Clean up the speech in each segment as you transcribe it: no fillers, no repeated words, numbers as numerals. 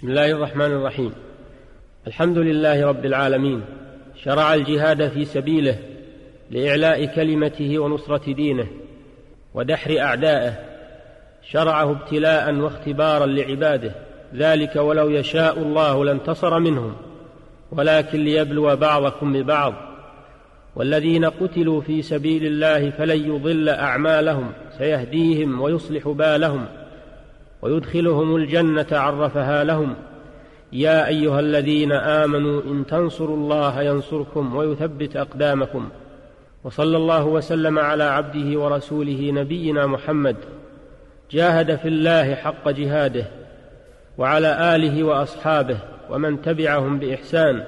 بسم الله الرحمن الرحيم. الحمد لله رب العالمين، شرع الجهاد في سبيله لإعلاء كلمته ونصرة دينه ودحر أعدائه، شرعه ابتلاء واختبارا لعباده، ذلك ولو يشاء الله لانتصر منهم ولكن ليبلو بعضكم ببعض، والذين قتلوا في سبيل الله فلن يضل أعمالهم سيهديهم ويصلح بالهم ويدخلهم الجنة عرفها لهم. يا أيها الذين آمنوا إن تنصروا الله ينصركم ويثبت أقدامكم. وصلى الله وسلم على عبده ورسوله نبينا محمد، جاهد في الله حق جهاده، وعلى آله وأصحابه ومن تبعهم بإحسان،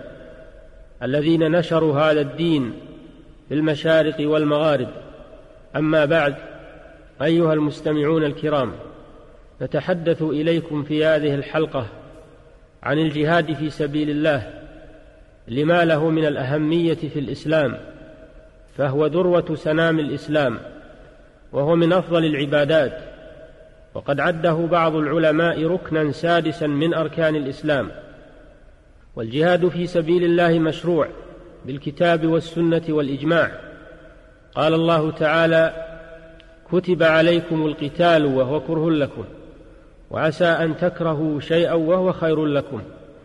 الذين نشروا هذا الدين في المشارق والمغارب. أما بعد، أيها المستمعون الكرام، نتحدث إليكم في هذه الحلقة عن الجهاد في سبيل الله لما له من الأهمية في الإسلام، فهو ذروة سنام الإسلام، وهو من أفضل العبادات، وقد عده بعض العلماء ركنا سادسا من أركان الإسلام. والجهاد في سبيل الله مشروع بالكتاب والسنة والإجماع. قال الله تعالى: كتب عليكم القتال وهو كره لكم، وعسى أن تكرهوا شيئا وهو خير لكم،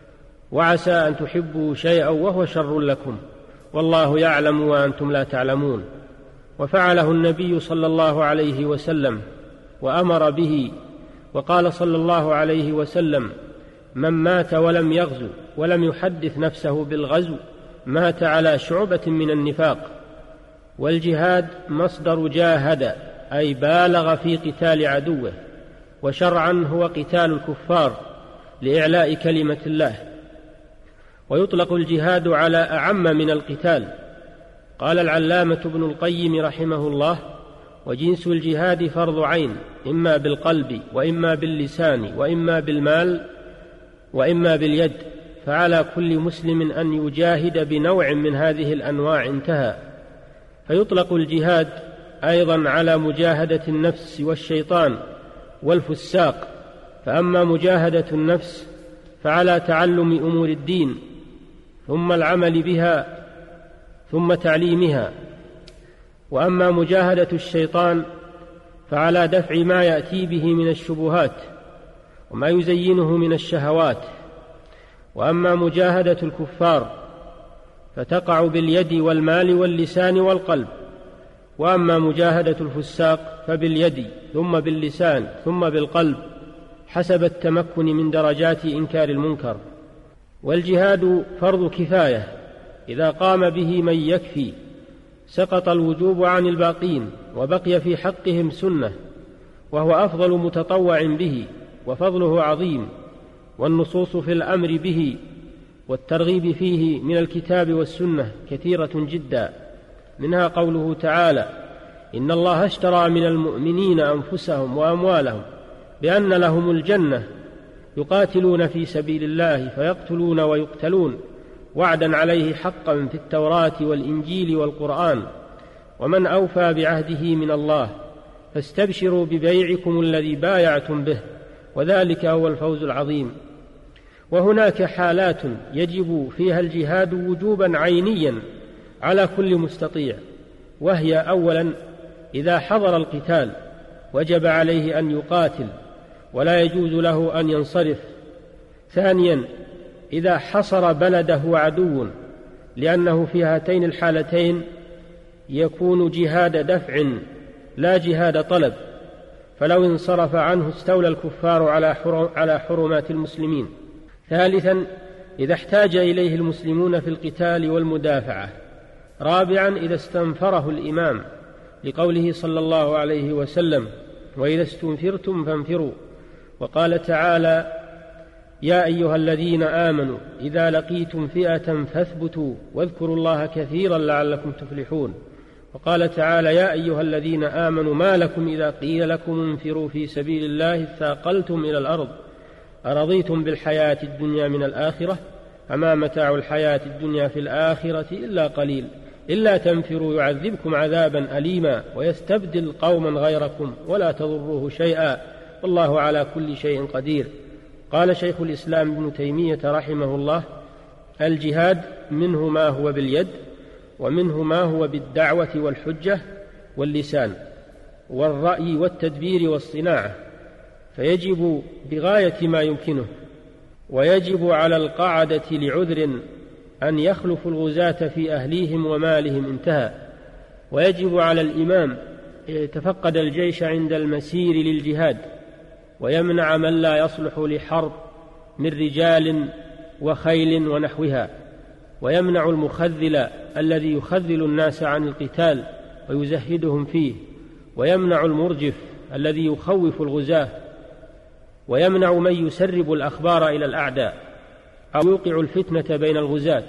وعسى أن تحبوا شيئا وهو شر لكم، والله يعلم وأنتم لا تعلمون. وفعله النبي صلى الله عليه وسلم وأمر به، وقال صلى الله عليه وسلم: من مات ولم يغزو ولم يحدث نفسه بالغزو مات على شعبة من النفاق. والجهاد مصدر جاهد، أي بالغ في قتال عدوه، وشرعا هو قتال الكفار لإعلاء كلمة الله. ويطلق الجهاد على أعم من القتال. قال العلامة ابن القيم رحمه الله: وجنس الجهاد فرض عين، إما بالقلب وإما باللسان وإما بالمال وإما باليد، فعلى كل مسلم أن يجاهد بنوع من هذه الأنواع. انتهى. فيطلق الجهاد أيضا على مجاهدة النفس والشيطان والفساق. فأما مجاهدة النفس فعلى تعلم أمور الدين، ثم العمل بها، ثم تعليمها. وأما مجاهدة الشيطان فعلى دفع ما يأتي به من الشبهات وما يزينه من الشهوات. وأما مجاهدة الكفار فتقع باليد والمال واللسان والقلب. وأما مجاهدة الفساق فباليد ثم باللسان ثم بالقلب، حسب التمكن من درجات إنكار المنكر. والجهاد فرض كفاية، إذا قام به من يكفي سقط الوجوب عن الباقين، وبقي في حقهم سنة، وهو أفضل متطوع به، وفضله عظيم. والنصوص في الأمر به والترغيب فيه من الكتاب والسنة كثيرة جدا، منها قوله تعالى: إن الله اشترى من المؤمنين أنفسهم وأموالهم بأن لهم الجنة يقاتلون في سبيل الله فيقتلون ويقتلون، وعدا عليه حقا في التوراة والإنجيل والقرآن، ومن أوفى بعهده من الله، فاستبشروا ببيعكم الذي بايعتم به، وذلك هو الفوز العظيم. وهناك حالات يجب فيها الجهاد وجوبا عينيا على كل مستطيع، وهي: أولا، إذا حضر القتال وجب عليه أن يقاتل ولا يجوز له أن ينصرف. ثانيا، إذا حصر بلده عدو، لأنه في هاتين الحالتين يكون جهاد دفع لا جهاد طلب، فلو انصرف عنه استولى الكفار على حرمات المسلمين. ثالثا، إذا احتاج إليه المسلمون في القتال والمدافعة. رابعا، إذا استنفره الإمام، لقوله صلى الله عليه وسلم: وإذا استنفرتم فانفروا. وقال تعالى: يا أيها الذين آمنوا إذا لقيتم فئة فاثبتوا واذكروا الله كثيرا لعلكم تفلحون. وقال تعالى: يا أيها الذين آمنوا ما لكم إذا قيل لكم انفروا في سبيل الله اثاقلتم إلى الأرض أرضيتم بالحياة الدنيا من الآخرة فما متاع الحياة الدنيا في الآخرة إلا قليل إلا تنفروا يعذبكم عذابا أليما ويستبدل قوما غيركم ولا تضروه شيئا والله على كل شيء قدير. قال شيخ الإسلام ابن تيمية رحمه الله: الجهاد منه ما هو باليد، ومنه ما هو بالدعوة والحجة واللسان والرأي والتدبير والصناعة، فيجب بغاية ما يمكنه. ويجب على القعدة لعذر أن يخلفوا الغزاة في أهليهم ومالهم، انتهى. ويجب على الإمام أن يتفقد الجيش عند المسير للجهاد، ويمنع من لا يصلح لحرب من رجال وخيل ونحوها، ويمنع المخذل الذي يخذل الناس عن القتال ويزهدهم فيه، ويمنع المرجف الذي يخوف الغزاة، ويمنع من يسرب الأخبار إلى الأعداء أو يوقع الفتنة بين الغزاة،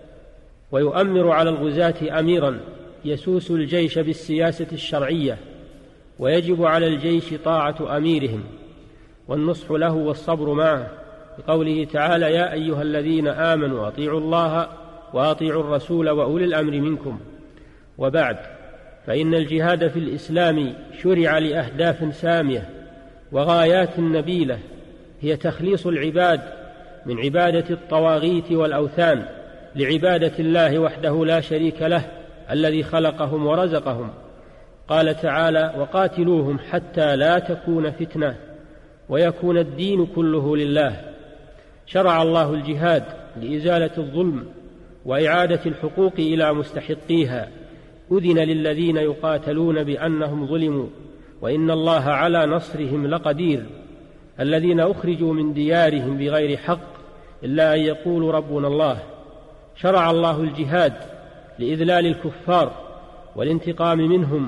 ويؤمر على الغزاة أميرا يسوس الجيش بالسياسة الشرعية. ويجب على الجيش طاعة أميرهم والنصح له والصبر معه، بقوله تعالى: يا أيها الذين آمنوا أطيعوا الله وأطيعوا الرسول وأولي الأمر منكم. وبعد، فإن الجهاد في الإسلام شرع لأهداف سامية وغايات نبيلة، هي تخليص العباد من عبادة الطواغيت والأوثان لعبادة الله وحده لا شريك له الذي خلقهم ورزقهم. قال تعالى: وقاتلوهم حتى لا تكون فتنة ويكون الدين كله لله. شرع الله الجهاد لإزالة الظلم وإعادة الحقوق إلى مستحقيها. أذن للذين يقاتلون بأنهم ظلموا وإن الله على نصرهم لقدير، الذين أخرجوا من ديارهم بغير حق إلا أن يقولوا ربنا الله. شرع الله الجهاد لإذلال الكفار والانتقام منهم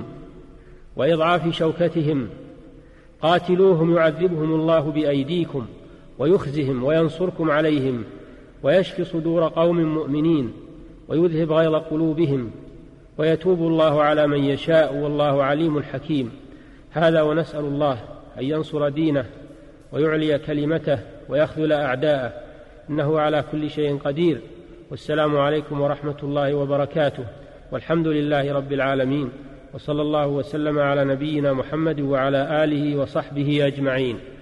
وإضعاف شوكتهم. قاتلوهم يعذبهم الله بأيديكم ويخزهم وينصركم عليهم ويشفي صدور قوم مؤمنين ويذهب غيظ قلوبهم ويتوب الله على من يشاء والله عليم حكيم. هذا، ونسأل الله أن ينصر دينه ويعلي كلمته ويخذل أعداءه، إنه على كل شيء قدير. والسلام عليكم ورحمة الله وبركاته، والحمد لله رب العالمين، وصلى الله وسلم على نبينا محمد وعلى آله وصحبه أجمعين.